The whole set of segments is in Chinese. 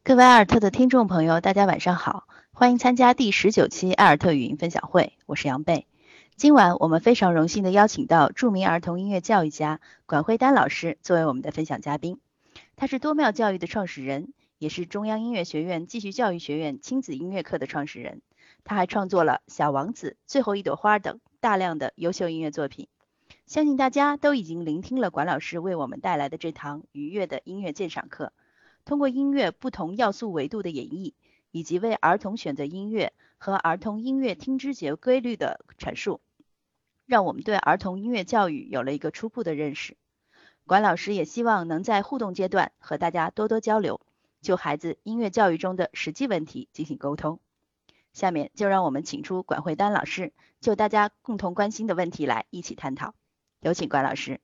各位艾尔特的听众朋友，大家晚上好，欢迎参加第19期艾尔特语音分享会，我是杨贝。今晚我们非常荣幸地邀请到著名儿童音乐教育家管慧丹老师作为我们的分享嘉宾。他是多妙教育的创始人，也是中央音乐学院继续教育学院亲子音乐课的创始人。他还创作了《小王子》《最后一朵花》等大量的优秀音乐作品。相信大家都已经聆听了管老师为我们带来的这堂愉悦的音乐鉴赏课。通过音乐不同要素维度的演绎，以及为儿童选择音乐和儿童音乐听知觉规律的阐述，让我们对儿童音乐教育有了一个初步的认识。管老师也希望能在互动阶段和大家多多交流，就孩子音乐教育中的实际问题进行沟通。下面就让我们请出管慧丹老师，就大家共同关心的问题来一起探讨。有请管老师。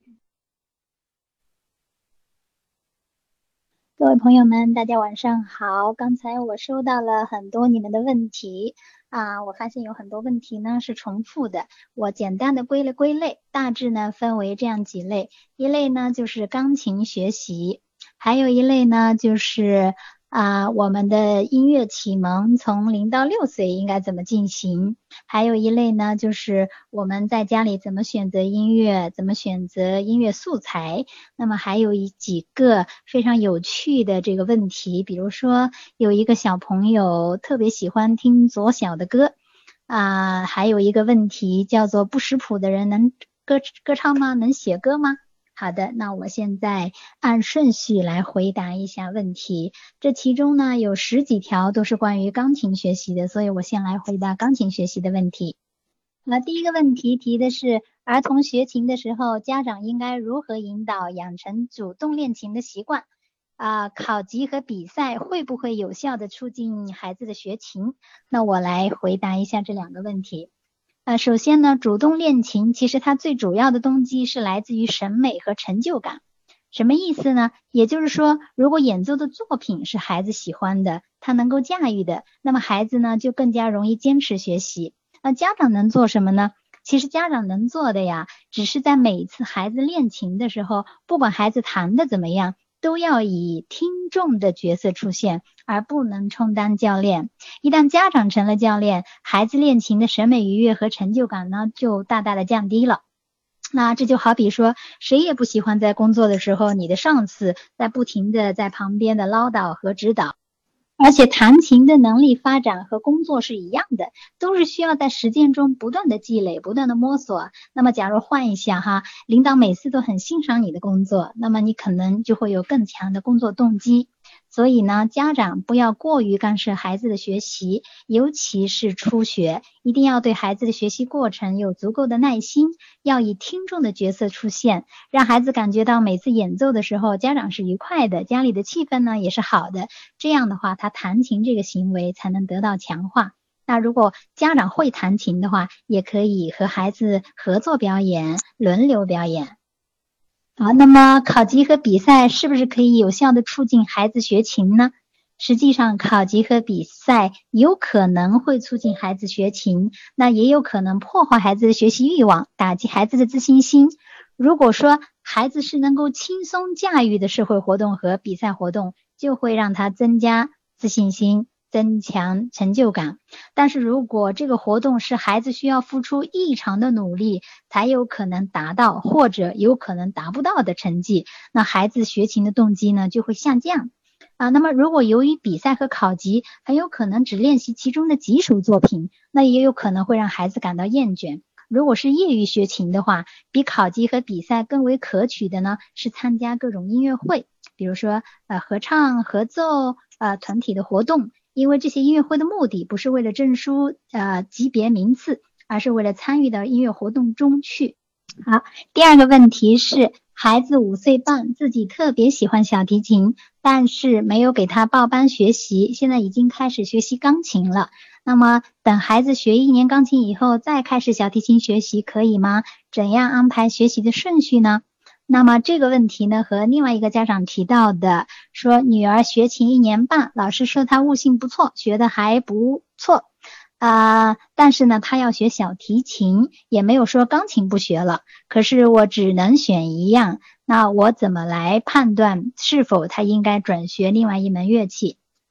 各位朋友们，大家晚上好。刚才我收到了很多你们的问题我发现有很多问题呢是重复的，我简单的归了归类，大致呢分为这样几类。一类呢就是钢琴学习，还有一类呢就是我们的音乐启蒙从0到6岁应该怎么进行，还有一类呢就是我们在家里怎么选择音乐，怎么选择音乐素材。那么还有几个非常有趣的这个问题，比如说有一个小朋友特别喜欢听左小的歌还有一个问题叫做不识谱的人能歌唱吗？能写歌吗？好的，那我现在按顺序来回答一下问题。这其中呢有10几条都是关于钢琴学习的，所以我先来回答钢琴学习的问题。第一个问题提的是儿童学琴的时候，家长应该如何引导养成主动练琴的习惯考级和比赛会不会有效的促进孩子的学琴？那我来回答一下这两个问题。首先呢，主动练琴其实它最主要的动机是来自于审美和成就感。什么意思呢？也就是说，如果演奏的作品是孩子喜欢的，他能够驾驭的，那么孩子呢就更加容易坚持学习。那家长能做什么呢？其实家长能做的呀，只是在每一次孩子练琴的时候，不管孩子弹的怎么样，都要以听众的角色出现，而不能充当教练。一旦家长成了教练，孩子练琴的审美愉悦和成就感呢，就大大的降低了。那这就好比说，谁也不喜欢在工作的时候，你的上司在不停的在旁边的唠叨和指导。而且弹琴的能力发展和工作是一样的，都是需要在实践中不断的积累，不断的摸索。那么假如换一下领导每次都很欣赏你的工作，那么你可能就会有更强的工作动机。所以呢，家长不要过于干涉孩子的学习，尤其是初学，一定要对孩子的学习过程有足够的耐心，要以听众的角色出现，让孩子感觉到每次演奏的时候，家长是愉快的，家里的气氛呢也是好的。这样的话，他弹琴这个行为才能得到强化。那如果家长会弹琴的话，也可以和孩子合作表演，轮流表演。好，那么考级和比赛是不是可以有效的促进孩子学琴呢？实际上，考级和比赛有可能会促进孩子学琴，那也有可能破坏孩子的学习欲望，打击孩子的自信心。如果说孩子是能够轻松驾驭的社会活动和比赛活动，就会让他增加自信心，增强成就感。但是如果这个活动是孩子需要付出异常的努力才有可能达到，或者有可能达不到的成绩，那孩子学琴的动机呢就会下降那么如果由于比赛和考级很有可能只练习其中的几首作品，那也有可能会让孩子感到厌倦。如果是业余学琴的话，比考级和比赛更为可取的呢是参加各种音乐会，比如说合唱、合奏团体的活动，因为这些音乐会的目的不是为了证书级别名次，而是为了参与到音乐活动中去。好，第二个问题是孩子5岁半，自己特别喜欢小提琴，但是没有给他报班学习，现在已经开始学习钢琴了。那么等孩子学1年钢琴以后再开始小提琴学习可以吗？怎样安排学习的顺序呢？那么这个问题呢和另外一个家长提到的说女儿学琴1年半，老师说她悟性不错，学得还不错但是呢他要学小提琴，也没有说钢琴不学了，可是我只能选一样，那我怎么来判断是否他应该转学另外一门乐器？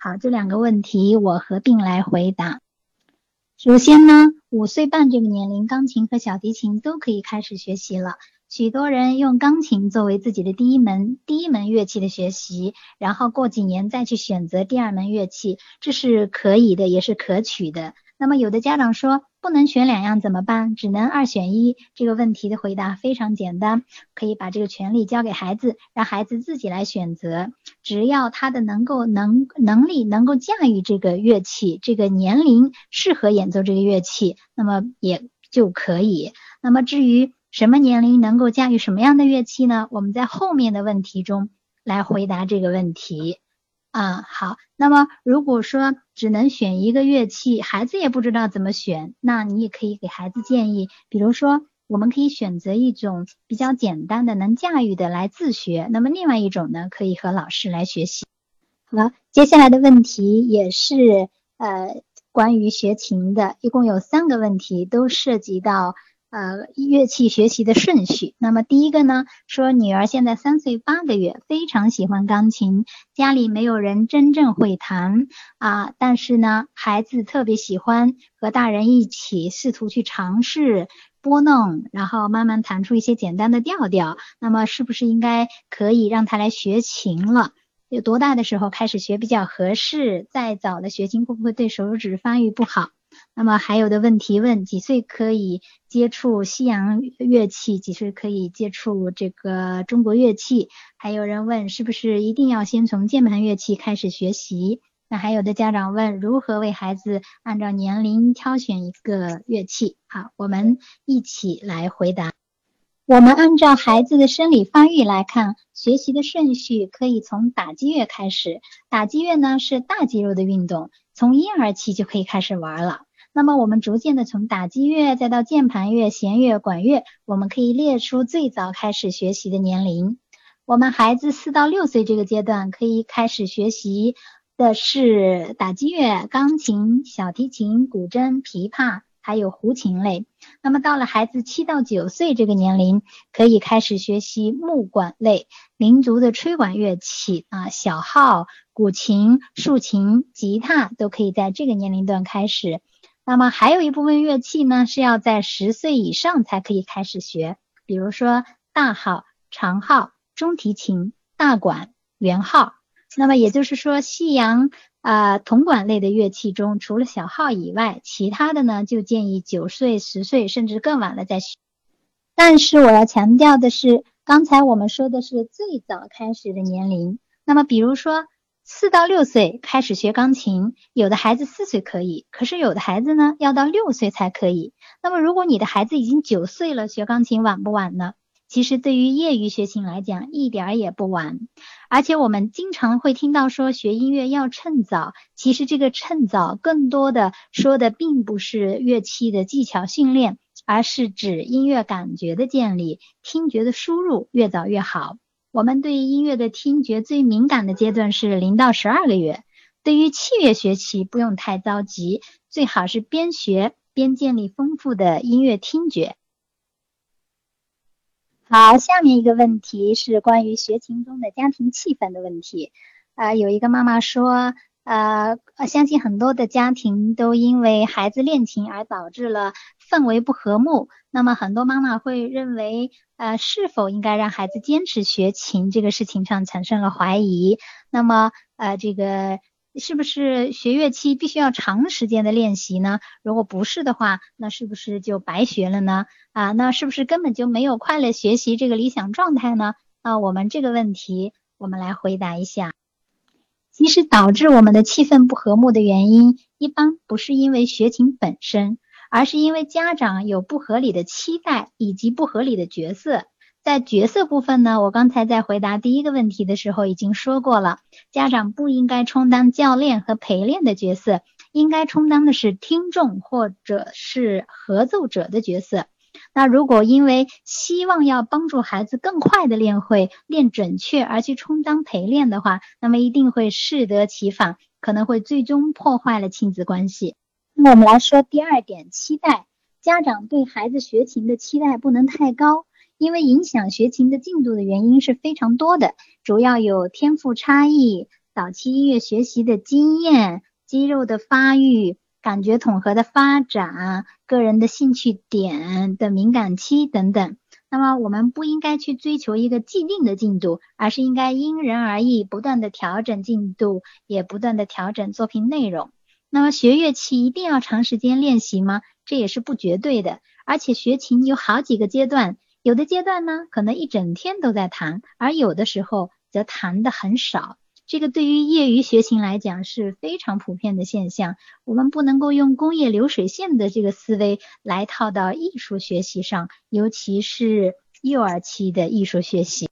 好，这两个问题我合并来回答。首先呢，5岁半这个年龄，钢琴和小提琴都可以开始学习了。许多人用钢琴作为自己的第一门乐器的学习，然后过几年再去选择第二门乐器，这是可以的，也是可取的。那么有的家长说不能选2样怎么办？只能2选1，这个问题的回答非常简单，可以把这个权利交给孩子，让孩子自己来选择。只要他的能力能够驾驭这个乐器，这个年龄适合演奏这个乐器，那么也就可以。那么至于什么年龄能够驾驭什么样的乐器呢？我们在后面的问题中来回答这个问题。好，那么如果说只能选一个乐器，孩子也不知道怎么选，那你也可以给孩子建议，比如说我们可以选择一种比较简单的能驾驭的来自学，那么另外一种呢，可以和老师来学习。好，接下来的问题也是关于学琴的，一共有3个问题，都涉及到乐器学习的顺序。那么第一个呢，说女儿现在3岁8个月，非常喜欢钢琴，家里没有人真正会弹但是呢，孩子特别喜欢和大人一起试图去尝试拨弄，然后慢慢弹出一些简单的调调。那么是不是应该可以让他来学琴了？有多大的时候开始学比较合适？再早的学琴会不会对手指发育不好？那么还有的问题问几岁可以接触西洋乐器，几岁可以接触这个中国乐器？还有人问是不是一定要先从键盘乐器开始学习？那还有的家长问如何为孩子按照年龄挑选一个乐器？好，我们一起来回答。我们按照孩子的生理发育来看，学习的顺序可以从打击乐开始。打击乐呢是大肌肉的运动，从婴儿期就可以开始玩了。那么我们逐渐的从打击乐再到键盘乐、弦乐、管乐，我们可以列出最早开始学习的年龄。我们孩子4到6岁这个阶段可以开始学习的是打击乐、钢琴、小提琴、古筝、琵琶还有胡琴类。那么到了孩子7到9岁这个年龄，可以开始学习木管类、民族的吹管乐器小号、古琴、竖琴、吉他都可以在这个年龄段开始。那么还有一部分乐器呢，是要在10岁以上才可以开始学，比如说大号、长号、中提琴、大管、圆号。那么也就是说西洋铜管类的乐器中，除了小号以外，其他的呢就建议9岁、10岁甚至更晚了再学。但是我要强调的是，刚才我们说的是最早开始的年龄。那么比如说4到6岁开始学钢琴，有的孩子4岁可以，可是有的孩子呢要到6岁才可以。那么如果你的孩子已经9岁了，学钢琴晚不晚呢？其实对于业余学琴来讲，一点也不晚。而且我们经常会听到说学音乐要趁早，其实这个趁早更多的说的并不是乐器的技巧训练，而是指音乐感觉的建立，听觉的输入越早越好。我们对于音乐的听觉最敏感的阶段是0到12个月。对于器乐学习不用太着急，最好是边学边建立丰富的音乐听觉。好，下面一个问题是关于学琴中的家庭气氛的问题。有一个妈妈说，相信很多的家庭都因为孩子练琴而导致了氛围不和睦。那么很多妈妈会认为，是否应该让孩子坚持学琴这个事情上产生了怀疑。那么，这个是不是学乐器必须要长时间的练习呢？如果不是的话，那是不是就白学了呢？那是不是根本就没有快乐学习这个理想状态呢？我们这个问题，我们来回答一下。其实导致我们的气氛不和睦的原因，一般不是因为学琴本身，而是因为家长有不合理的期待以及不合理的角色。在角色部分呢，我刚才在回答第一个问题的时候已经说过了，家长不应该充当教练和陪练的角色，应该充当的是听众或者是合奏者的角色。那如果因为希望要帮助孩子更快的练会、练准确而去充当陪练的话，那么一定会适得其反，可能会最终破坏了亲子关系。那么我们来说第2点，期待。家长对孩子学琴的期待不能太高，因为影响学琴的进度的原因是非常多的，主要有天赋差异、 早期音乐学习的经验、肌肉的发育、感觉统合的发展、个人的兴趣点的敏感期等等。那么我们不应该去追求一个既定的进度，而是应该因人而异，不断的调整进度，也不断的调整作品内容。那么学乐器一定要长时间练习吗？这也是不绝对的。而且学琴有好几个阶段，有的阶段呢可能一整天都在弹，而有的时候则弹得很少。这个对于业余学琴来讲是非常普遍的现象，我们不能够用工业流水线的这个思维来套到艺术学习上，尤其是幼儿期的艺术学习。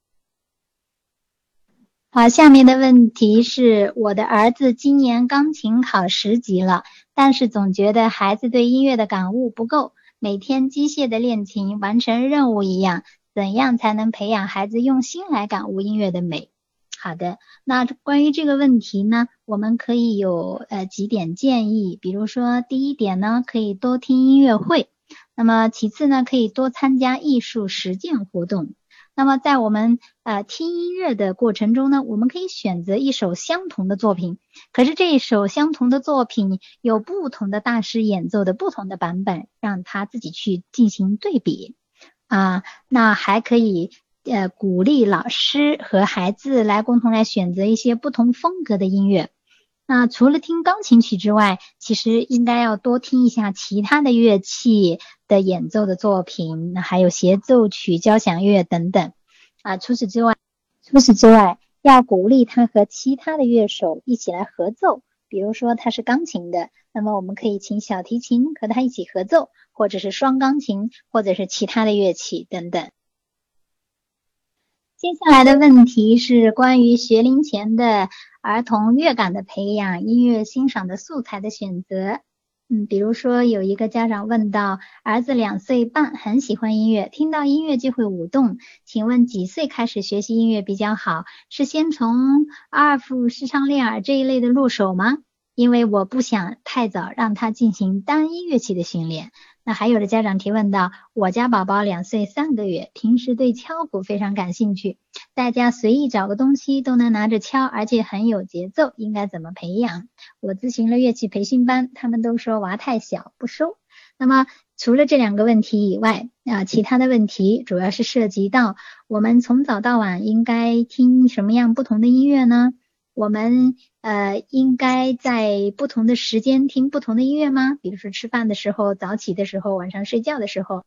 好，下面的问题是，我的儿子今年钢琴考10级了，但是总觉得孩子对音乐的感悟不够，每天机械的练琴，完成任务一样，怎样才能培养孩子用心来感悟音乐的美？好的，那关于这个问题呢，我们可以有几点建议，比如说第一点呢，可以多听音乐会，那么其次呢，可以多参加艺术实践活动。那么在我们听音乐的过程中呢，我们可以选择一首相同的作品，可是这一首相同的作品有不同的大师演奏的不同的版本，让他自己去进行对比那还可以鼓励老师和孩子来共同来选择一些不同风格的音乐。那除了听钢琴曲之外，其实应该要多听一下其他的乐器的演奏的作品，还有协奏曲、交响乐等等除此之外，要鼓励他和其他的乐手一起来合奏。比如说他是钢琴的，那么我们可以请小提琴和他一起合奏，或者是双钢琴，或者是其他的乐器等等。接下来的问题是关于学龄前的儿童乐感的培养、音乐欣赏的素材的选择。比如说有一个家长问到，儿子2岁半，很喜欢音乐，听到音乐就会舞动，请问几岁开始学习音乐比较好？是先从阿尔夫、视唱练耳这一类的入手吗？因为我不想太早让他进行单一乐器的训练。那还有的家长提问到，我家宝宝2岁3个月，平时对敲鼓非常感兴趣，大家随意找个东西都能拿着敲，而且很有节奏，应该怎么培养？我咨询了乐器培训班，他们都说娃太小不收。那么除了这2个问题以外其他的问题主要是涉及到我们从早到晚应该听什么样不同的音乐呢？我们应该在不同的时间听不同的音乐吗？比如说吃饭的时候、早起的时候、晚上睡觉的时候。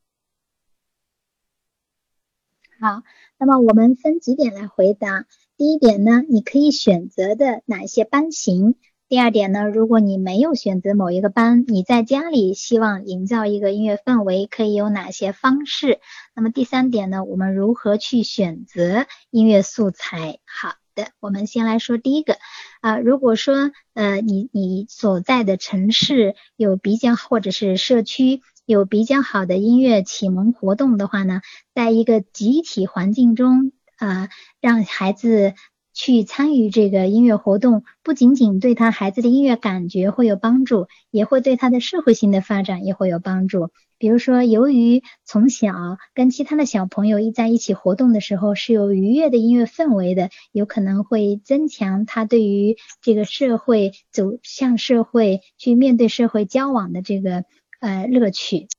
好，那么我们分几点来回答。第一点呢，你可以选择的哪些班型。第二点呢，如果你没有选择某一个班，你在家里希望营造一个音乐氛围，可以有哪些方式？那么第三点呢，我们如何去选择音乐素材？好的，我们先来说第一个如果说你所在的城市有比较或者是社区有比较好的音乐启蒙活动的话呢，在一个集体环境中让孩子去参与这个音乐活动，不仅仅对他孩子的音乐感觉会有帮助，也会对他的社会性的发展也会有帮助。比如说，由于从小跟其他的小朋友在一起活动的时候是有愉悦的音乐氛围的，有可能会增强他对于这个社会走向社会去面对社会交往的这个乐趣。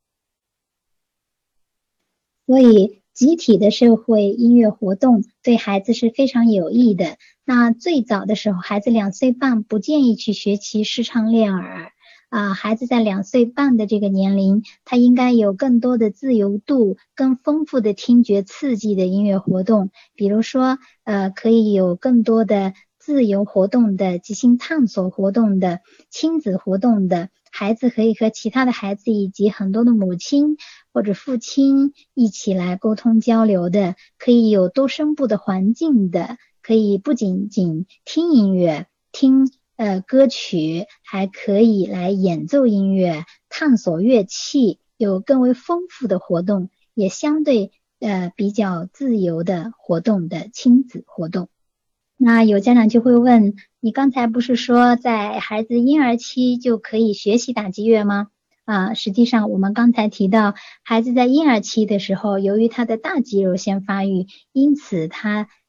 所以集体的社会音乐活动对孩子是非常有益的。那最早的时候，孩子2岁半不建议去学习视唱练耳孩子在2岁半的这个年龄，他应该有更多的自由度，更丰富的听觉刺激的音乐活动。比如说可以有更多的自由活动的、即兴探索活动的、亲子活动的，孩子可以和其他的孩子以及很多的母亲或者父亲一起来沟通交流的，可以有多声部的环境的，可以不仅仅听音乐、听歌曲，还可以来演奏音乐、探索乐器，有更为丰富的活动，也相对比较自由的活动的亲子活动。那有家长就会问，你刚才不是说在孩子婴儿期就可以学习打击乐吗？实际上我们刚才提到，孩子在婴儿期的时候，由于他的大肌肉先发育，因此他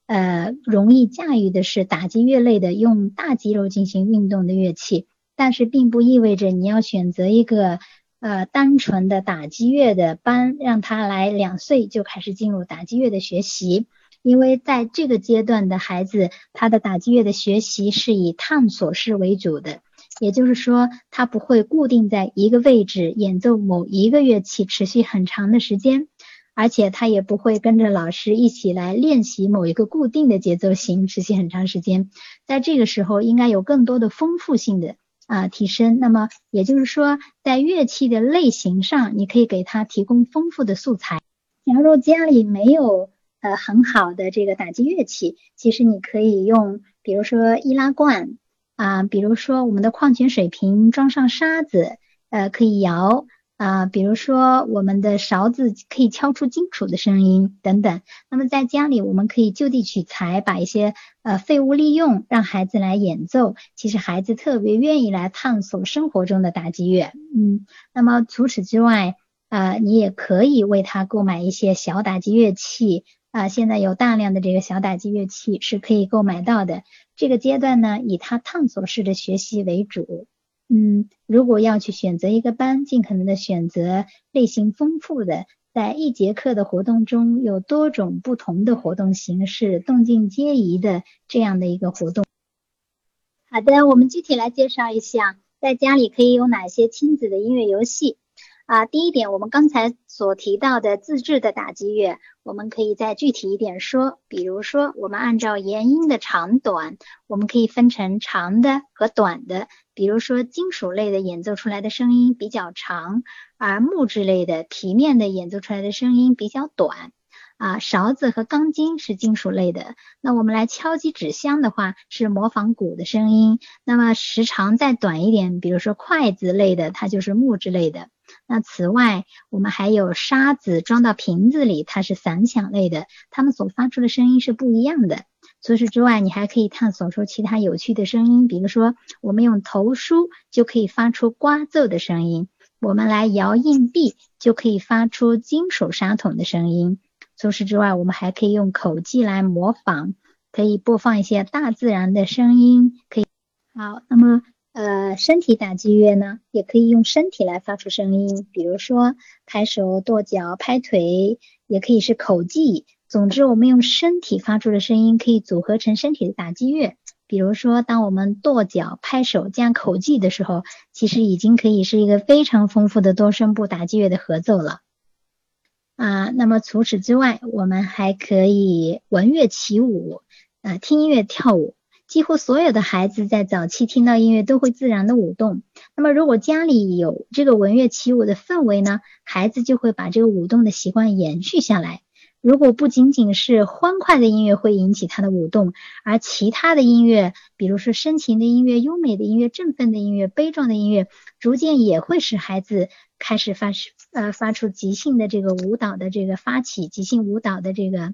容易驾驭的是打击乐类的用大肌肉进行运动的乐器，但是并不意味着你要选择一个单纯的打击乐的班，让他来2岁就开始进入打击乐的学习。因为在这个阶段的孩子，他的打击乐的学习是以探索式为主的，也就是说他不会固定在一个位置演奏某一个乐器持续很长的时间，而且他也不会跟着老师一起来练习某一个固定的节奏型持续很长时间。在这个时候应该有更多的丰富性的提升。那么也就是说在乐器的类型上，你可以给他提供丰富的素材。假如家里没有很好的这个打击乐器，其实你可以用比如说易拉罐比如说我们的矿泉水瓶装上沙子可以摇比如说我们的勺子可以敲出金属的声音等等。那么在家里我们可以就地取材，把一些废物利用，让孩子来演奏。其实孩子特别愿意来探索生活中的打击乐。那么除此之外你也可以为他购买一些小打击乐器现在有大量的这个小打击乐器是可以购买到的。这个阶段呢，以他探索式的学习为主。如果要去选择一个班，尽可能的选择类型丰富的，在一节课的活动中有多种不同的活动形式，动静皆宜的这样的一个活动。好的，我们具体来介绍一下在家里可以有哪些亲子的音乐游戏。第一点，我们刚才所提到的自制的打击乐，我们可以再具体一点说。比如说我们按照延音的长短，我们可以分成长的和短的。比如说金属类的演奏出来的声音比较长，而木质类的皮面的演奏出来的声音比较短。勺子和钢筋是金属类的，那我们来敲击纸箱的话是模仿鼓的声音。那么时长再短一点，比如说筷子类的，它就是木质类的。那此外我们还有沙子装到瓶子里，它是散响类的，它们所发出的声音是不一样的。除此之外，你还可以探索出其他有趣的声音，比如说我们用投书就可以发出刮奏的声音，我们来摇硬币就可以发出金属砂桶的声音。除此之外，我们还可以用口技来模仿，可以播放一些大自然的声音。好，那么身体打击乐呢，也可以用身体来发出声音，比如说拍手、跺脚、拍腿，也可以是口技。总之我们用身体发出的声音可以组合成身体的打击乐。比如说当我们跺脚、拍手加口技的时候，其实已经可以是一个非常丰富的多声部打击乐的合奏了。那么除此之外，我们还可以闻乐起舞听音乐跳舞。几乎所有的孩子在早期听到音乐都会自然的舞动。那么如果家里有这个闻乐起舞的氛围呢，孩子就会把这个舞动的习惯延续下来。如果不仅仅是欢快的音乐会引起他的舞动，而其他的音乐，比如说深情的音乐、优美的音乐、振奋的音乐、悲壮的音乐，逐渐也会使孩子开始发出即兴的这个舞蹈的这个发起即兴舞蹈的这个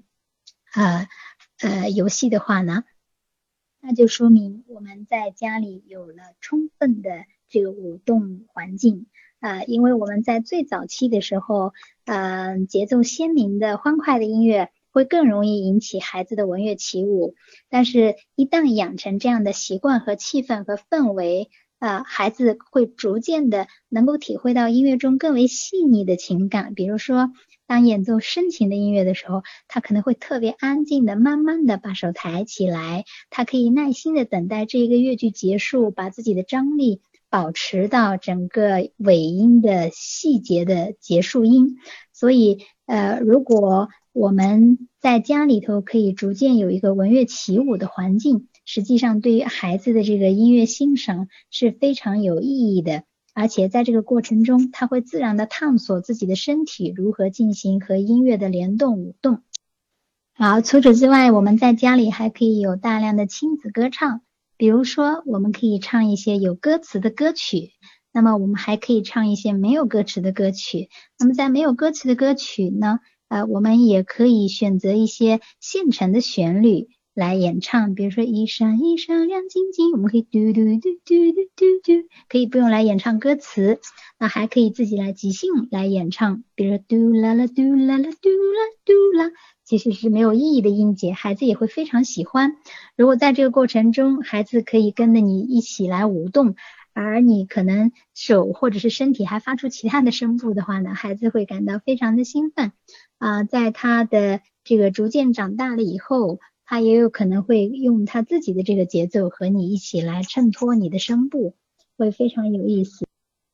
游戏的话呢，那就说明我们在家里有了充分的这个舞动环境因为我们在最早期的时候节奏鲜明的欢快的音乐会更容易引起孩子的闻乐起舞，但是一旦养成这样的习惯和气氛和氛围孩子会逐渐的能够体会到音乐中更为细腻的情感。比如说当演奏深情的音乐的时候，他可能会特别安静的慢慢的把手抬起来，他可以耐心的等待这一个乐句结束，把自己的张力保持到整个尾音的细节的结束音。所以如果我们在家里头可以逐渐有一个闻乐起舞的环境，实际上对于孩子的这个音乐欣赏是非常有意义的，而且在这个过程中他会自然的探索自己的身体如何进行和音乐的联动舞动。好，除此之外，我们在家里还可以有大量的亲子歌唱，比如说我们可以唱一些有歌词的歌曲，那么我们还可以唱一些没有歌词的歌曲。那么在没有歌词的歌曲呢我们也可以选择一些现成的旋律来演唱，比如说一闪一闪亮晶晶，我们可以嘟嘟嘟嘟嘟嘟嘟，可以不用来演唱歌词，那还可以自己来即兴来演唱，比如说嘟啦啦嘟啦啦嘟啦嘟啦其实是没有意义的音节，孩子也会非常喜欢。如果在这个过程中，孩子可以跟着你一起来舞动，而你可能手或者是身体还发出其他的声部的话呢，孩子会感到非常的兴奋。在他的这个逐渐长大了以后，他也有可能会用他自己的这个节奏和你一起来衬托你的声部，会非常有意思。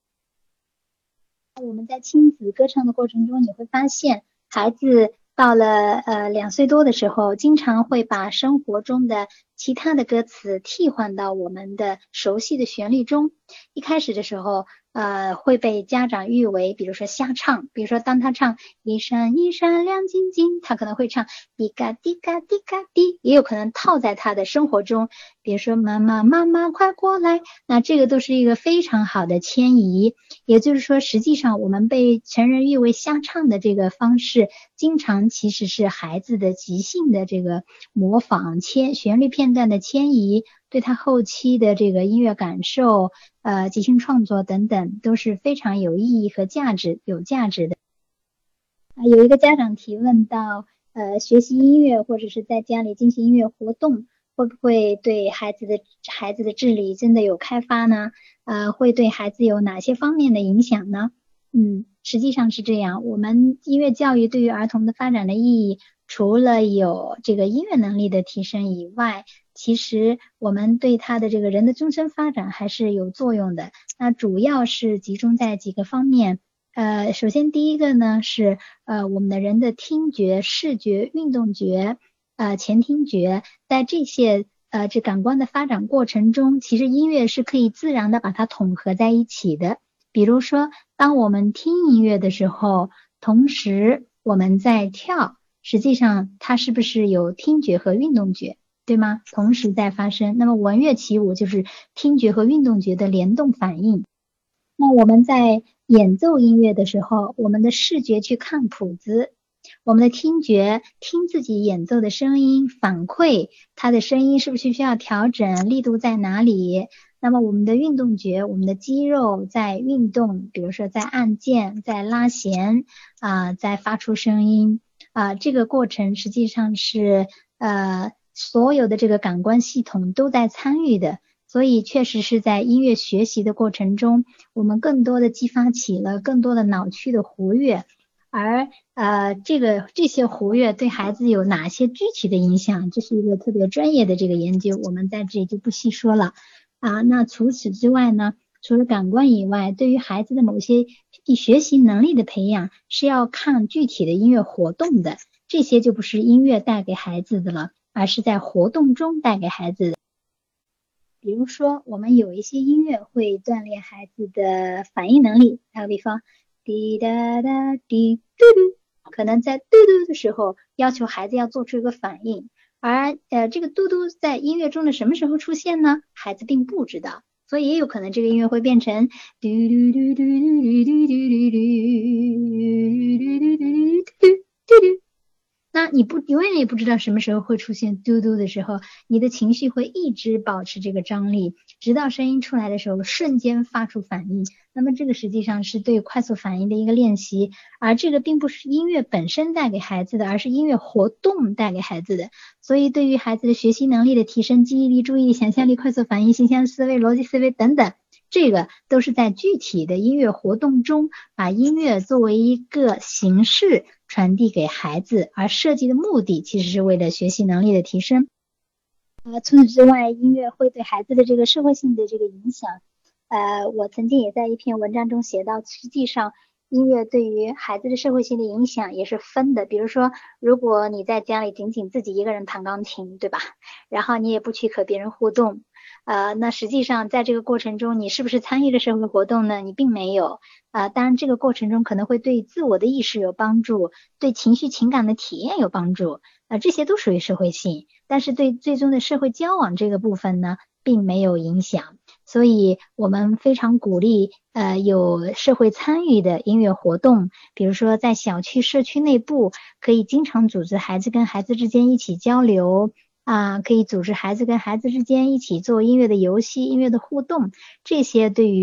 我们在亲子歌唱的过程中，你会发现孩子到了2岁多的时候，经常会把生活中的其他的歌词替换到我们的熟悉的旋律中。一开始的时候会被家长誉为比如说瞎唱，比如说当他唱一闪一闪亮晶晶，他可能会唱滴嘎滴嘎滴嘎滴，也有可能套在他的生活中，比如说妈妈妈妈快过来，那这个都是一个非常好的迁移。也就是说实际上我们被成人誉为瞎唱的这个方式，经常其实是孩子的即兴的这个模仿旋律片段的迁移，对他后期的这个音乐感受即兴创作等等都是非常有意义和有价值的。有一个家长提问到学习音乐或者是在家里进行音乐活动会不会对孩子的智力真的有开发呢？会对孩子有哪些方面的影响呢？实际上是这样，我们音乐教育对于儿童的发展的意义，除了有这个音乐能力的提升以外，其实我们对他的这个人的终身发展还是有作用的。那主要是集中在几个方面。首先第一个呢是我们的人的听觉、视觉、运动觉、前听觉，在这些这感官的发展过程中，其实音乐是可以自然的把它统合在一起的。比如说当我们听音乐的时候，同时我们在跳，实际上它是不是有听觉和运动觉，对吗？同时在发生。那么文乐起舞就是听觉和运动觉的联动反应。那我们在演奏音乐的时候，我们的视觉去看谱子，我们的听觉听自己演奏的声音，反馈它的声音是不是需要调整，力度在哪里。那么我们的运动觉，我们的肌肉在运动，比如说在按键，在拉弦在发出声音这个过程实际上是所有的这个感官系统都在参与的。所以确实是在音乐学习的过程中，我们更多的激发起了更多的脑区的活跃，而这些活跃对孩子有哪些具体的影响，这是一个特别专业的这个研究，我们在这里就不细说了那除此之外呢，除了感官以外，对于孩子的某些学习能力的培养是要看具体的音乐活动的，这些就不是音乐带给孩子的了，而是在活动中带给孩子的。比如说我们有一些音乐会锻炼孩子的反应能力，打个比方滴答答滴嘟嘟，可能在嘟嘟的时候要求孩子要做出一个反应，而这个嘟嘟在音乐中的什么时候出现呢？孩子并不知道，所以也有可能这个音乐会变成嘟嘟嘟嘟嘟嘟嘟嘟嘟嘟嘟嘟嘟，那你永远也不知道什么时候会出现嘟嘟的时候，你的情绪会一直保持这个张力，直到声音出来的时候瞬间发出反应。那么这个实际上是对快速反应的一个练习，而这个并不是音乐本身带给孩子的，而是音乐活动带给孩子的。所以对于孩子的学习能力的提升，记忆力、注意力、想象力、快速反应、形象思维、逻辑思维等等，这个都是在具体的音乐活动中，把音乐作为一个形式传递给孩子，而设计的目的其实是为了学习能力的提升。除此之外，音乐会对孩子的这个社会性的这个影响，我曾经也在一篇文章中写到，实际上音乐对于孩子的社会性的影响也是分的。比如说，如果你在家里仅仅自己一个人弹钢琴，对吧？然后你也不去和别人互动，那实际上在这个过程中，你是不是参与了社会活动呢？你并没有。当然这个过程中可能会对自我的意识有帮助，对情绪情感的体验有帮助，这些都属于社会性，但是对最终的社会交往这个部分呢，并没有影响。所以我们非常鼓励有社会参与的音乐活动，比如说在小区社区内部可以经常组织孩子跟孩子之间一起交流可以组织孩子跟孩子之间一起做音乐的游戏、音乐的互动，这些对于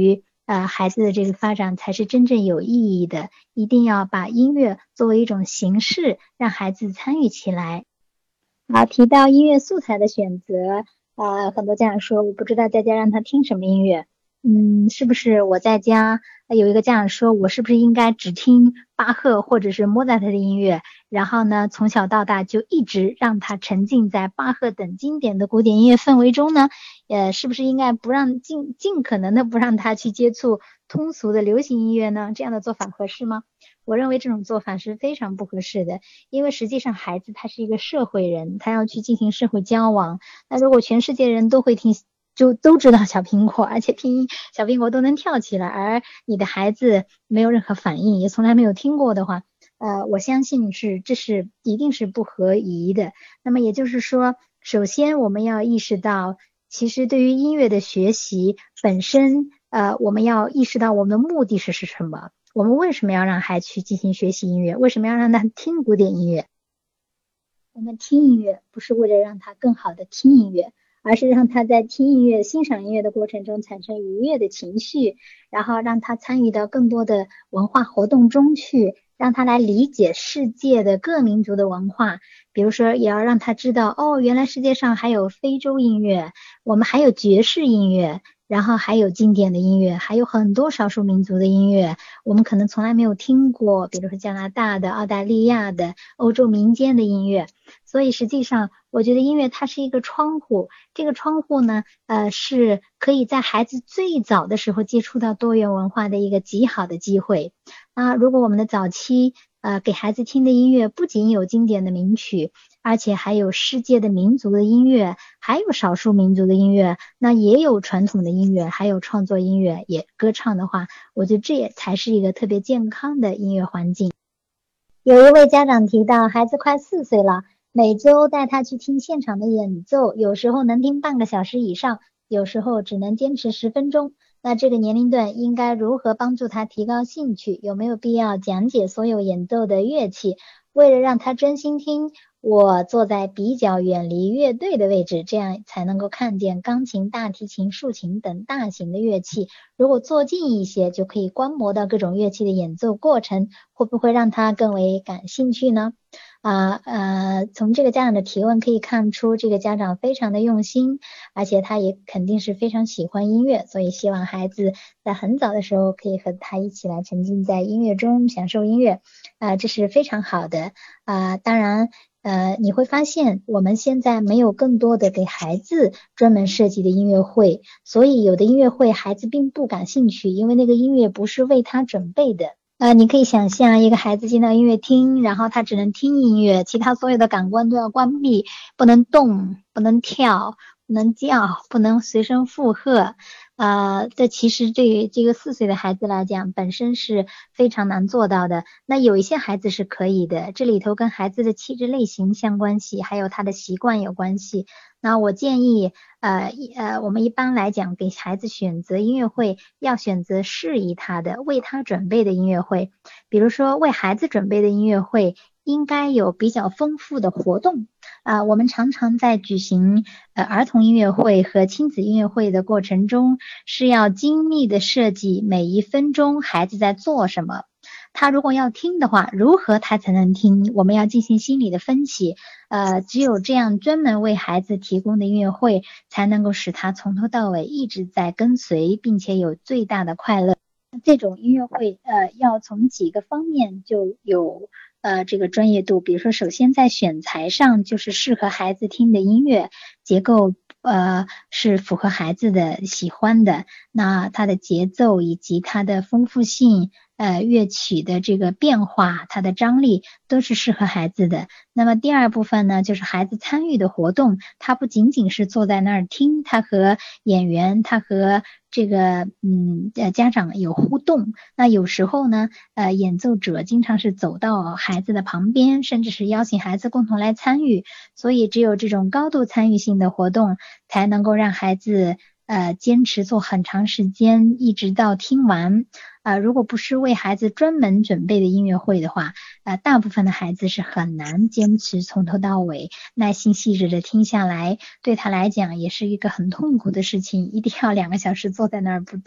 孩子的这个发展才是真正有意义的，一定要把音乐作为一种形式，让孩子参与起来。好，提到音乐素材的选择，很多家长说我不知道在家让他听什么音乐，是不是我在家有一个家长说我是不是应该只听巴赫或者是莫扎特的音乐，然后呢从小到大就一直让他沉浸在巴赫等经典的古典音乐氛围中呢？是不是应该不让尽可能的不让他去接触通俗的流行音乐呢？这样的做法合适吗？我认为这种做法是非常不合适的，因为实际上孩子他是一个社会人，他要去进行社会交往。那如果全世界人都会听，就都知道小苹果，而且听小苹果都能跳起来，而你的孩子没有任何反应，也从来没有听过的话，我相信这是一定是不合宜的。那么也就是说，首先我们要意识到，其实对于音乐的学习本身，我们要意识到我们的目的是什么。我们为什么要让孩子去进行学习音乐？为什么要让他听古典音乐？我们听音乐不是为了让他更好的听音乐，而是让他在听音乐、欣赏音乐的过程中产生愉悦的情绪，然后让他参与到更多的文化活动中去，让他来理解世界的各民族的文化。比如说，也要让他知道，原来世界上还有非洲音乐，我们还有爵士音乐，然后还有经典的音乐，还有很多少数民族的音乐，我们可能从来没有听过，比如说加拿大的、澳大利亚的、欧洲民间的音乐。所以实际上，我觉得音乐它是一个窗户，这个窗户呢，是可以在孩子最早的时候接触到多元文化的一个极好的机会。如果我们的早期给孩子听的音乐不仅有经典的名曲，而且还有世界的民族的音乐，还有少数民族的音乐，那也有传统的音乐，还有创作音乐，也歌唱的话，我觉得这也才是一个特别健康的音乐环境。有一位家长提到，孩子快4岁了，每周带他去听现场的演奏，有时候能听半个小时以上，有时候只能坚持10分钟。那这个年龄段应该如何帮助他提高兴趣？有没有必要讲解所有演奏的乐器？为了让他专心听，我坐在比较远离乐队的位置，这样才能够看见钢琴、大提琴、竖琴等大型的乐器。如果坐近一些，就可以观摩到各种乐器的演奏过程，会不会让他更为感兴趣呢？从这个家长的提问可以看出，这个家长非常的用心，而且他也肯定是非常喜欢音乐，所以希望孩子在很早的时候可以和他一起来沉浸在音乐中，享受音乐，这是非常好的。当然，你会发现我们现在没有更多的给孩子专门设计的音乐会，所以有的音乐会孩子并不感兴趣，因为那个音乐不是为他准备的。你可以想象一个孩子进到音乐厅，然后他只能听音乐，其他所有的感官都要关闭，不能动，不能跳，不能叫，不能随声附和。这其实对于这个4岁的孩子来讲，本身是非常难做到的。那有一些孩子是可以的，这里头跟孩子的气质类型相关系，还有他的习惯有关系。那我建议，我们一般来讲给孩子选择音乐会，要选择适宜他的、为他准备的音乐会。比如说，为孩子准备的音乐会应该有比较丰富的活动。我们常常在举行儿童音乐会和亲子音乐会的过程中，是要精密的设计每1分钟孩子在做什么。他如果要听的话，如何他才能听？我们要进行心理的分析。只有这样专门为孩子提供的音乐会，才能够使他从头到尾一直在跟随，并且有最大的快乐。这种音乐会要从几个方面就有这个专业度。比如说，首先在选材上就是适合孩子听的音乐，结构是符合孩子的喜欢的，那它的节奏以及它的丰富性，乐曲的这个变化，它的张力都是适合孩子的。那么第二部分呢，就是孩子参与的活动，他不仅仅是坐在那儿听，他和演员，他和这个家长有互动。那有时候呢，演奏者经常是走到孩子的旁边，甚至是邀请孩子共同来参与。所以只有这种高度参与性的活动，才能够让孩子坚持做很长时间，一直到听完。如果不是为孩子专门准备的音乐会的话，大部分的孩子是很难坚持从头到尾耐心细致的听下来，对他来讲也是一个很痛苦的事情，一定要2个小时坐在那儿不动。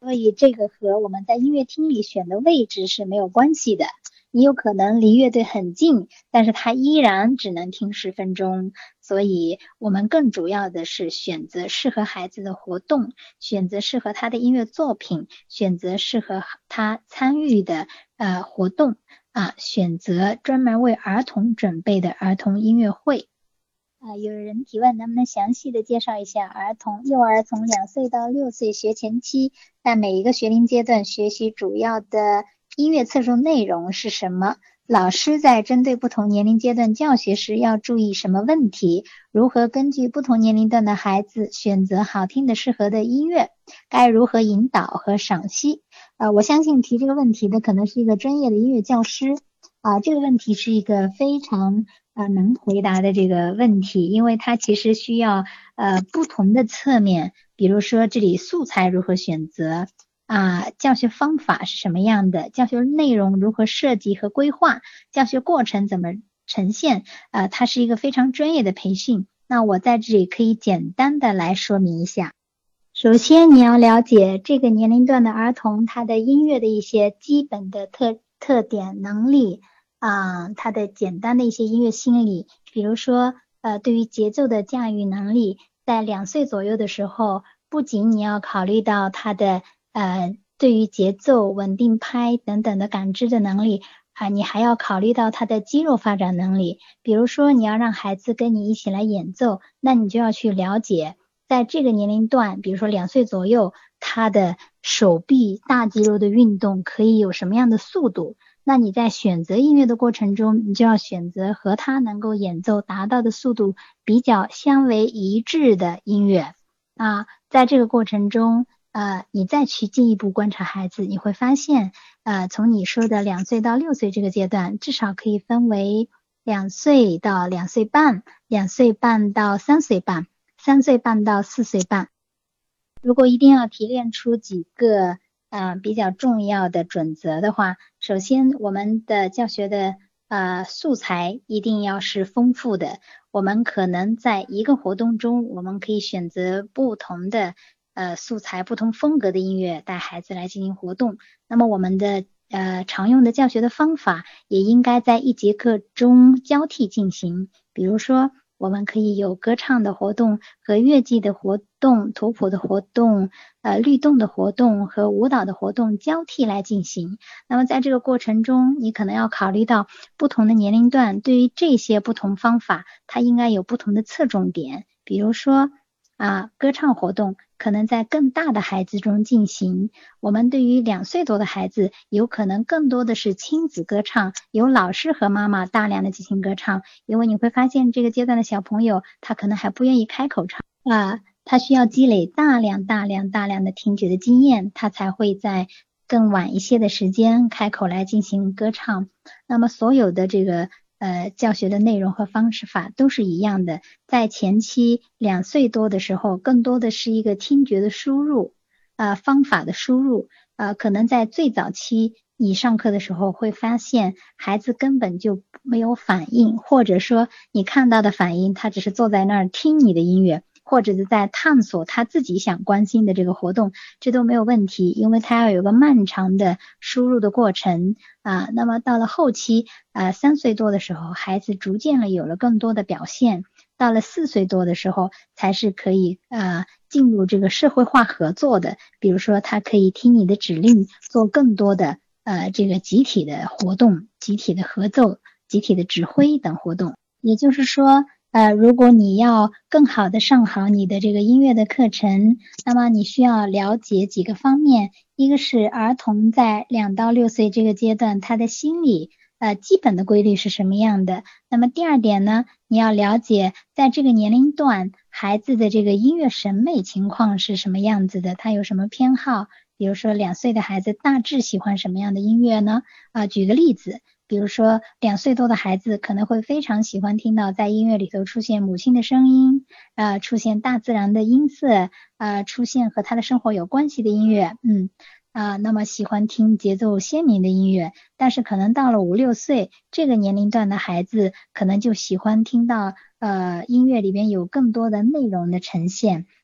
所以这个和我们在音乐厅里选的位置是没有关系的。你有可能离乐队很近，但是他依然只能听10分钟。所以我们更主要的是选择适合孩子的活动，选择适合他的音乐作品，选择适合他参与的活动选择专门为儿童准备的儿童音乐会。有人提问，能不能详细的介绍一下幼儿从2岁到6岁学前期，在每一个学龄阶段学习主要的音乐侧重内容是什么？老师在针对不同年龄阶段教学时要注意什么问题？如何根据不同年龄段的孩子选择好听的适合的音乐？该如何引导和赏析？我相信提这个问题的可能是一个专业的音乐教师。这个问题是一个非常能回答的这个问题，因为它其实需要不同的侧面，比如说这里素材如何选择教学方法是什么样的，教学内容如何设计和规划，教学过程怎么呈现它是一个非常专业的培训。那我在这里可以简单的来说明一下。首先你要了解这个年龄段的儿童他的音乐的一些基本的特点能力他的简单的一些音乐心理，比如说对于节奏的驾驭能力，在2岁左右的时候，不仅你要考虑到他的对于节奏、稳定拍等等的感知的能力你还要考虑到他的肌肉发展能力。比如说你要让孩子跟你一起来演奏，那你就要去了解在这个年龄段，比如说2岁左右，他的手臂大肌肉的运动可以有什么样的速度。那你在选择音乐的过程中，你就要选择和他能够演奏达到的速度比较相为一致的音乐在这个过程中你再去进一步观察孩子，你会发现从你说的2岁到6岁这个阶段，至少可以分为2岁到2岁半，2岁半到3岁半，3岁半到4岁半。如果一定要提炼出几个比较重要的准则的话，首先我们的教学的素材一定要是丰富的。我们可能在一个活动中，我们可以选择不同的素材、不同风格的音乐带孩子来进行活动。那么我们的常用的教学的方法也应该在一节课中交替进行，比如说我们可以有歌唱的活动和乐器的活动、图谱的活动、律动的活动和舞蹈的活动交替来进行。那么在这个过程中，你可能要考虑到不同的年龄段对于这些不同方法，它应该有不同的侧重点。比如说歌唱活动可能在更大的孩子中进行，我们对于2岁多的孩子有可能更多的是亲子歌唱，由老师和妈妈大量的进行歌唱，因为你会发现这个阶段的小朋友他可能还不愿意开口唱他需要积累大量的听觉的经验，他才会在更晚一些的时间开口来进行歌唱。那么所有的这个教学的内容和方式法都是一样的，在前期2岁多的时候，更多的是一个听觉的输入方法的输入可能在最早期你上课的时候会发现孩子根本就没有反应，或者说你看到的反应他只是坐在那儿听你的音乐，或者是在探索他自己想关心的这个活动，这都没有问题，因为他要有个漫长的输入的过程那么到了后期3岁多的时候，孩子逐渐了有了更多的表现，到了4岁多的时候才是可以进入这个社会化合作的，比如说他可以听你的指令，做更多的这个集体的活动、集体的合奏、集体的指挥等活动。也就是说如果你要更好的上好你的这个音乐的课程，那么你需要了解几个方面。一个是儿童在2到6岁这个阶段他的心理基本的规律是什么样的。那么第二点呢，你要了解在这个年龄段孩子的这个音乐审美情况是什么样子的，他有什么偏好。比如说2岁的孩子大致喜欢什么样的音乐呢举个例子，比如说2岁多的孩子可能会非常喜欢听到在音乐里头出现母亲的声音出现大自然的音色出现和他的生活有关系的音乐那么喜欢听节奏鲜明的音乐。但是可能到了5、6岁这个年龄段的孩子可能就喜欢听到音乐里边有更多的内容的呈现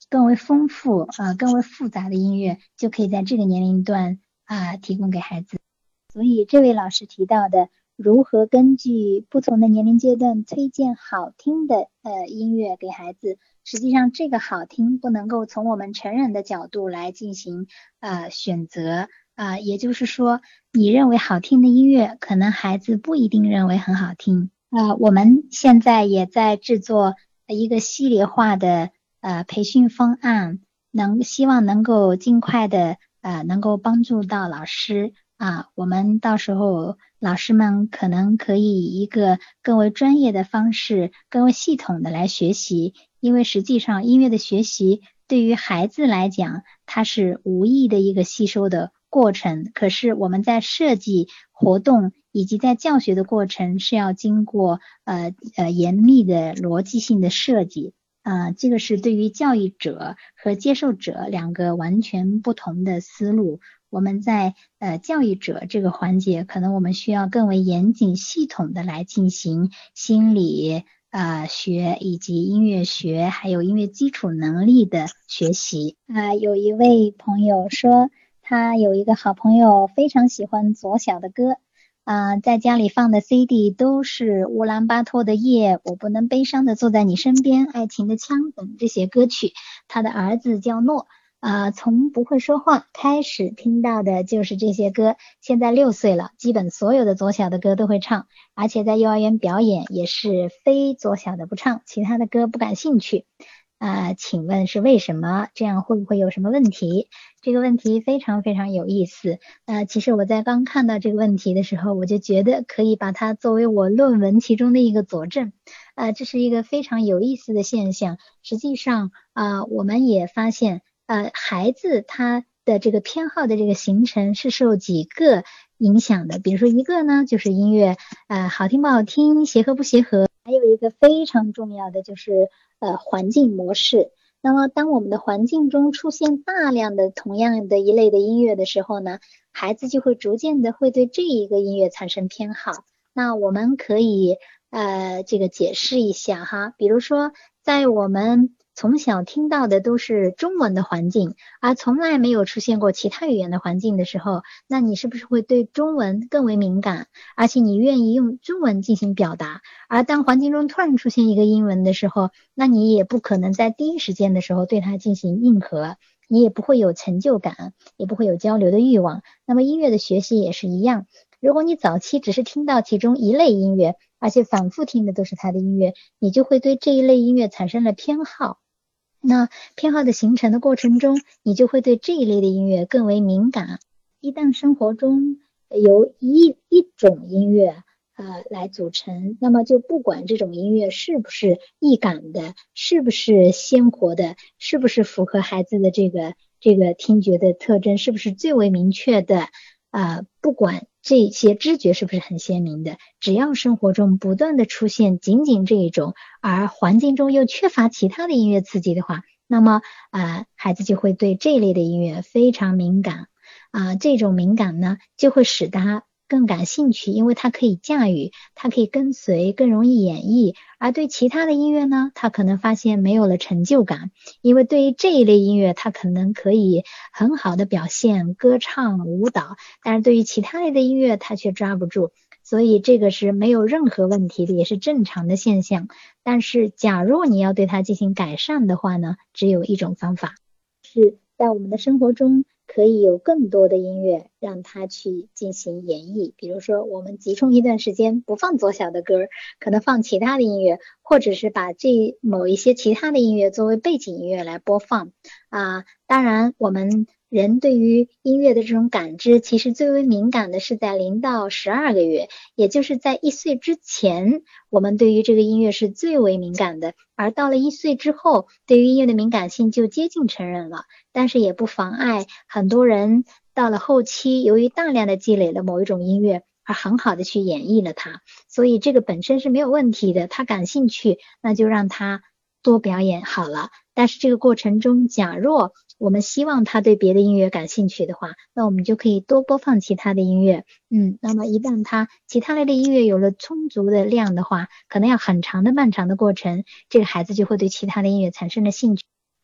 更为丰富更为复杂的音乐，就可以在这个年龄段提供给孩子。所以这位老师提到的如何根据不同的年龄阶段推荐好听的音乐给孩子，实际上这个好听不能够从我们成人的角度来进行选择也就是说你认为好听的音乐，可能孩子不一定认为很好听我们现在也在制作一个系列化的培训方案，希望能够尽快的能够帮助到老师我们到时候老师们可能可以以一个更为专业的方式，更为系统的来学习，因为实际上音乐的学习对于孩子来讲，它是无意的一个吸收的过程，可是我们在设计活动以及在教学的过程是要经过严密的逻辑性的设计这个是对于教育者和接受者两个完全不同的思路。我们在教育者这个环节，可能我们需要更为严谨系统的来进行心理学以及音乐学还有音乐基础能力的学习有一位朋友说他有一个好朋友非常喜欢左小的歌在家里放的 CD 都是乌兰巴托的夜，我不能悲伤的坐在你身边，爱情的枪等这些歌曲。他的儿子叫诺从不会说话开始听到的就是这些歌，现在6岁了，基本所有的左小的歌都会唱，而且在幼儿园表演也是非左小的不唱，其他的歌不感兴趣请问是为什么？这样会不会有什么问题？这个问题非常非常有意思其实我在刚看到这个问题的时候，我就觉得可以把它作为我论文其中的一个佐证这是一个非常有意思的现象。实际上我们也发现孩子他的这个偏好的这个形成是受几个影响的，比如说一个呢就是音乐好听不好听，协和不协和，还有一个非常重要的就是环境模式。那么当我们的环境中出现大量的同样的一类的音乐的时候呢，孩子就会逐渐的会对这一个音乐产生偏好。那我们可以这个解释一下哈，比如说在我们从小听到的都是中文的环境，而从来没有出现过其他语言的环境的时候，那你是不是会对中文更为敏感，而且你愿意用中文进行表达？而当环境中突然出现一个英文的时候，那你也不可能在第一时间的时候对它进行应和，你也不会有成就感，也不会有交流的欲望。那么音乐的学习也是一样，如果你早期只是听到其中一类音乐，而且反复听的都是它的音乐，你就会对这一类音乐产生了偏好。那偏好的形成的过程中，你就会对这一类的音乐更为敏感。一旦生活中由一种音乐来组成，那么就不管这种音乐是不是易感的，是不是鲜活的，是不是符合孩子的这个听觉的特征，是不是最为明确的不管这些知觉是不是很鲜明的，只要生活中不断的出现仅仅这一种，而环境中又缺乏其他的音乐刺激的话，那么孩子就会对这一类的音乐非常敏感这种敏感呢就会使他更感兴趣，因为他可以驾驭，他可以跟随，更容易演绎。而对其他的音乐呢，他可能发现没有了成就感，因为对于这一类音乐他可能可以很好的表现歌唱舞蹈，但是对于其他类的音乐他却抓不住，所以这个是没有任何问题的，也是正常的现象。但是假如你要对它进行改善的话呢，只有一种方法，是在我们的生活中可以有更多的音乐让它去进行演绎，比如说我们集中一段时间不放左小的歌，可能放其他的音乐，或者是把某一些其他的音乐作为背景音乐来播放当然我们人对于音乐的这种感知其实最为敏感的是在0到12个月，也就是在1岁之前，我们对于这个音乐是最为敏感的，而到了1岁之后，对于音乐的敏感性就接近成人了。但是也不妨碍很多人到了后期，由于大量的积累了某一种音乐而很好的去演绎了它，所以这个本身是没有问题的，他感兴趣那就让他多表演好了。但是这个过程中，假若我们希望他对别的音乐感兴趣的话，那我们就可以多播放其他的音乐那么一旦他其他类的音乐有了充足的量的话，可能要很长的漫长的过程，这个孩子就会对其他的音乐产生了兴趣。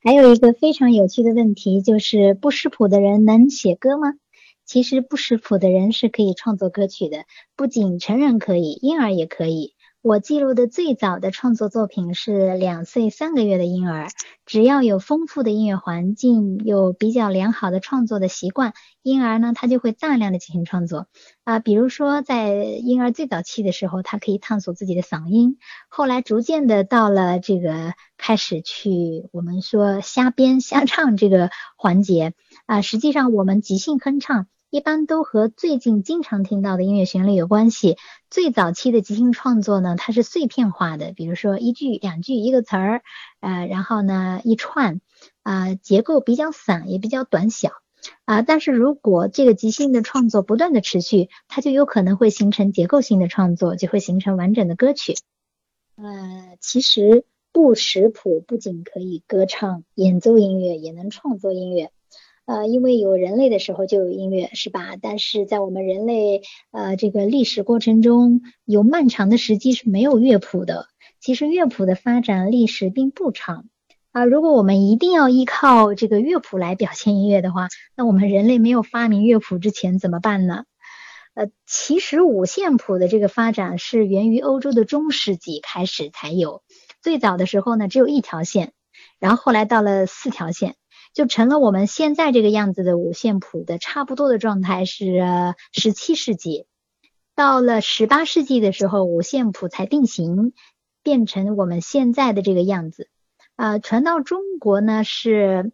还有一个非常有趣的问题，就是不识谱的人能写歌吗？其实不识谱的人是可以创作歌曲的，不仅成人可以，婴儿也可以。我记录的最早的创作作品是2岁3个月的婴儿，只要有丰富的音乐环境，有比较良好的创作的习惯，婴儿呢他就会大量的进行创作。比如说在婴儿最早期的时候，他可以探索自己的嗓音，后来逐渐的到了这个开始去我们说瞎编瞎唱这个环节实际上我们即兴哼唱一般都和最近经常听到的音乐旋律有关系。最早期的即兴创作呢，它是碎片化的，比如说一句两句一个词儿，然后呢一串，结构比较散也比较短小。但是如果这个即兴的创作不断的持续，它就有可能会形成结构性的创作，就会形成完整的歌曲。其实不识谱不仅可以歌唱、演奏音乐，也能创作音乐。因为有人类的时候就有音乐，是吧？但是在我们人类这个历史过程中，有漫长的时期是没有乐谱的。其实乐谱的发展历史并不长如果我们一定要依靠这个乐谱来表现音乐的话，那我们人类没有发明乐谱之前怎么办呢？其实五线谱的这个发展是源于欧洲的中世纪开始才有，最早的时候呢只有1条线，然后后来到了4条线，就成了我们现在这个样子的五线谱的差不多的状态是17世纪。到了18世纪的时候，五线谱才定型，变成我们现在的这个样子。传到中国呢是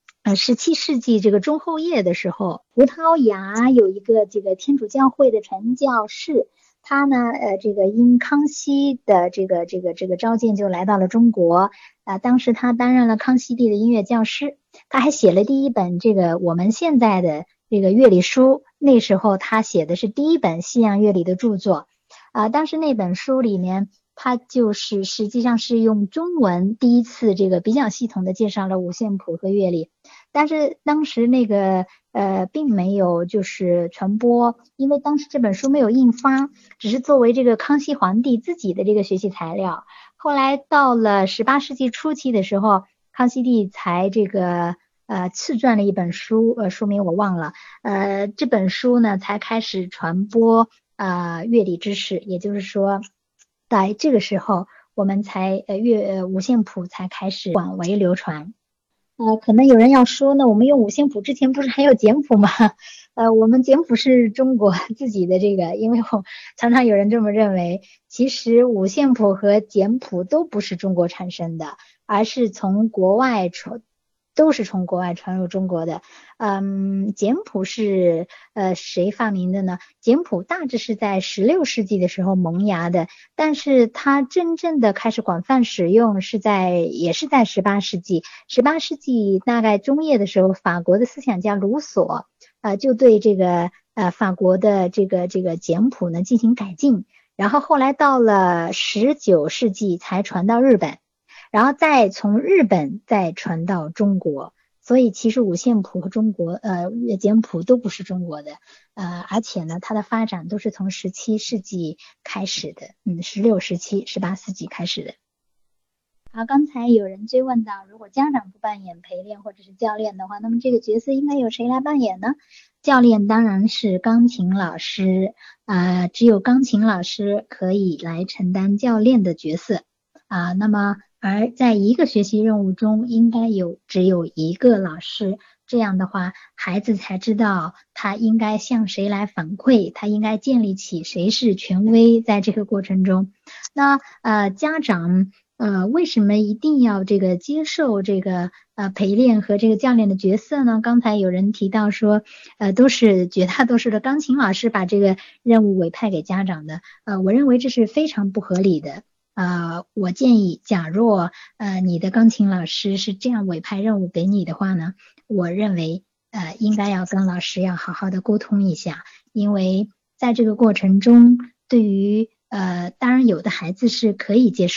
17世纪这个中后叶的时候，葡萄牙有一个这个天主教会的传教士，他呢这个因康熙的这个召见就来到了中国当时他担任了康熙帝的音乐教师，他还写了第一本这个我们现在的这个乐理书，那时候他写的是第一本西洋乐理的著作当时那本书里面它就是实际上是用中文第一次这个比较系统的介绍了五线谱和乐理，但是当时那个并没有就是传播，因为当时这本书没有印发，只是作为这个康熙皇帝自己的这个学习材料。后来到了18世纪初期的时候，康熙帝才这个赐撰了一本书，书名我忘了，这本书呢才开始传播乐理知识，也就是说在这个时候我们才五线谱才开始广为流传。可能有人要说呢，我们用五线谱之前不是还有简谱吗？我们简谱是中国自己的这个，因为常常有人这么认为，其实五线谱和简谱都不是中国产生的，而是从国外都是从国外传入中国的。简谱是谁发明的呢？简谱大致是在16世纪的时候萌芽的，但是它真正的开始广泛使用也是在18世纪。18世纪大概中叶的时候，法国的思想家卢索就对这个法国的这个简谱呢进行改进，然后后来到了19世纪才传到日本，然后再从日本再传到中国。所以其实五线谱和中国简谱都不是中国的而且呢它的发展都是从17世纪开始的16、17、18世纪开始的。好，刚才有人追问到，如果家长不扮演陪练或者是教练的话，那么这个角色应该由谁来扮演呢？教练当然是钢琴老师只有钢琴老师可以来承担教练的角色那么而在一个学习任务中应该只有一个老师，这样的话孩子才知道他应该向谁来反馈，他应该建立起谁是权威。在这个过程中，那家长为什么一定要这个接受这个陪练和这个教练的角色呢？刚才有人提到说都是绝大多数的钢琴老师把这个任务委派给家长的我认为这是非常不合理的我建议假若你的钢琴老师是这样委派任务给你的话呢，我认为应该要跟老师要好好的沟通一下，因为在这个过程中对于当然有的孩子是可以接受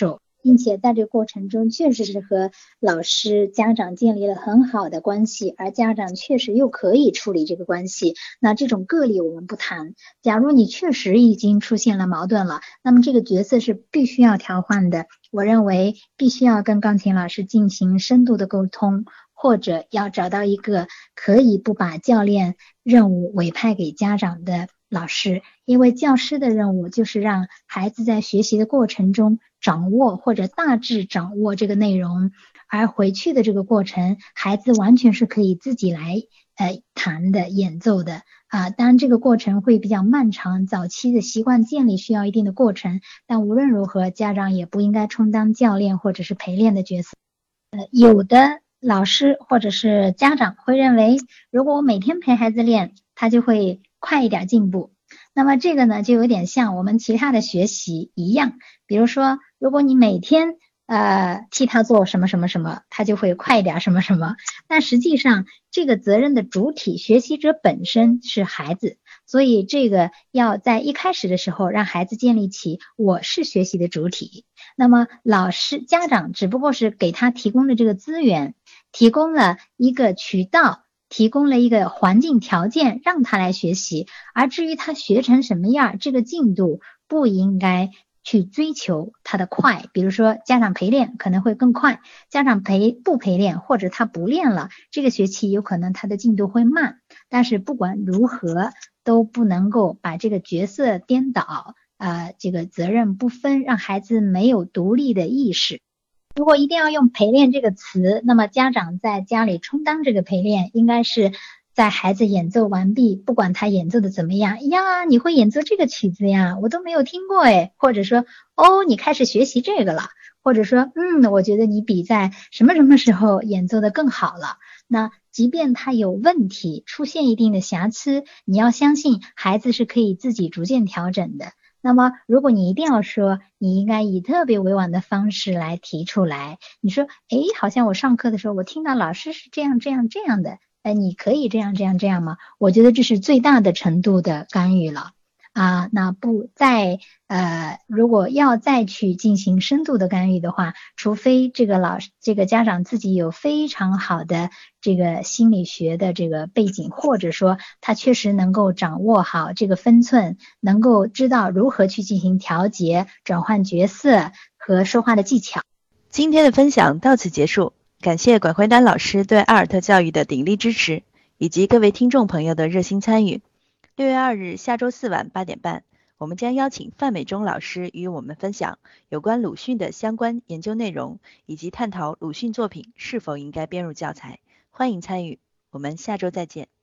并且在这个过程中确实是和老师、家长建立了很好的关系，而家长确实又可以处理这个关系，那这种个例我们不谈。假如你确实已经出现了矛盾了，那么这个角色是必须要调换的。我认为必须要跟钢琴老师进行深度的沟通，或者要找到一个可以不把教练任务委派给家长的老师，因为教师的任务就是让孩子在学习的过程中掌握或者大致掌握这个内容，而回去的这个过程，孩子完全是可以自己来弹的、演奏的当然这个过程会比较漫长，早期的习惯建立需要一定的过程，但无论如何，家长也不应该充当教练或者是陪练的角色。有的老师或者是家长会认为，如果我每天陪孩子练，他就会快一点进步。那么这个呢，就有点像我们其他的学习一样，比如说，如果你每天替他做什么什么什么，他就会快一点什么什么。但实际上，这个责任的主体学习者本身是孩子，所以这个要在一开始的时候让孩子建立起我是学习的主体。那么老师、家长只不过是给他提供了这个资源，提供了一个渠道，提供了一个环境条件让他来学习，而至于他学成什么样，这个进度不应该去追求他的快。比如说家长陪练可能会更快，家长不陪练或者他不练了，这个学期有可能他的进度会慢。但是不管如何都不能够把这个角色颠倒这个责任不分，让孩子没有独立的意识。如果一定要用陪练这个词，那么家长在家里充当这个陪练，应该是在孩子演奏完毕，不管他演奏的怎么样呀，你会演奏这个曲子呀，我都没有听过诶，或者说你开始学习这个了，或者说我觉得你比在什么什么时候演奏的更好了。那即便他有问题，出现一定的瑕疵，你要相信孩子是可以自己逐渐调整的。那么如果你一定要说，你应该以特别委婉的方式来提出来，你说好像我上课的时候我听到老师是这样这样这样的，你可以这样这样这样吗？我觉得这是最大的程度的干预了那不再如果要再去进行深度的干预的话，除非这个家长自己有非常好的这个心理学的这个背景，或者说他确实能够掌握好这个分寸，能够知道如何去进行调节、转换角色和说话的技巧。 今天的分享到此结束，感谢管慧丹老师对阿尔特教育的鼎力支持，以及各位听众朋友的热心参与。6月2日下周四晚8点半，我们将邀请范美忠老师与我们分享有关鲁迅的相关研究内容，以及探讨鲁迅作品是否应该编入教材。欢迎参与，我们下周再见。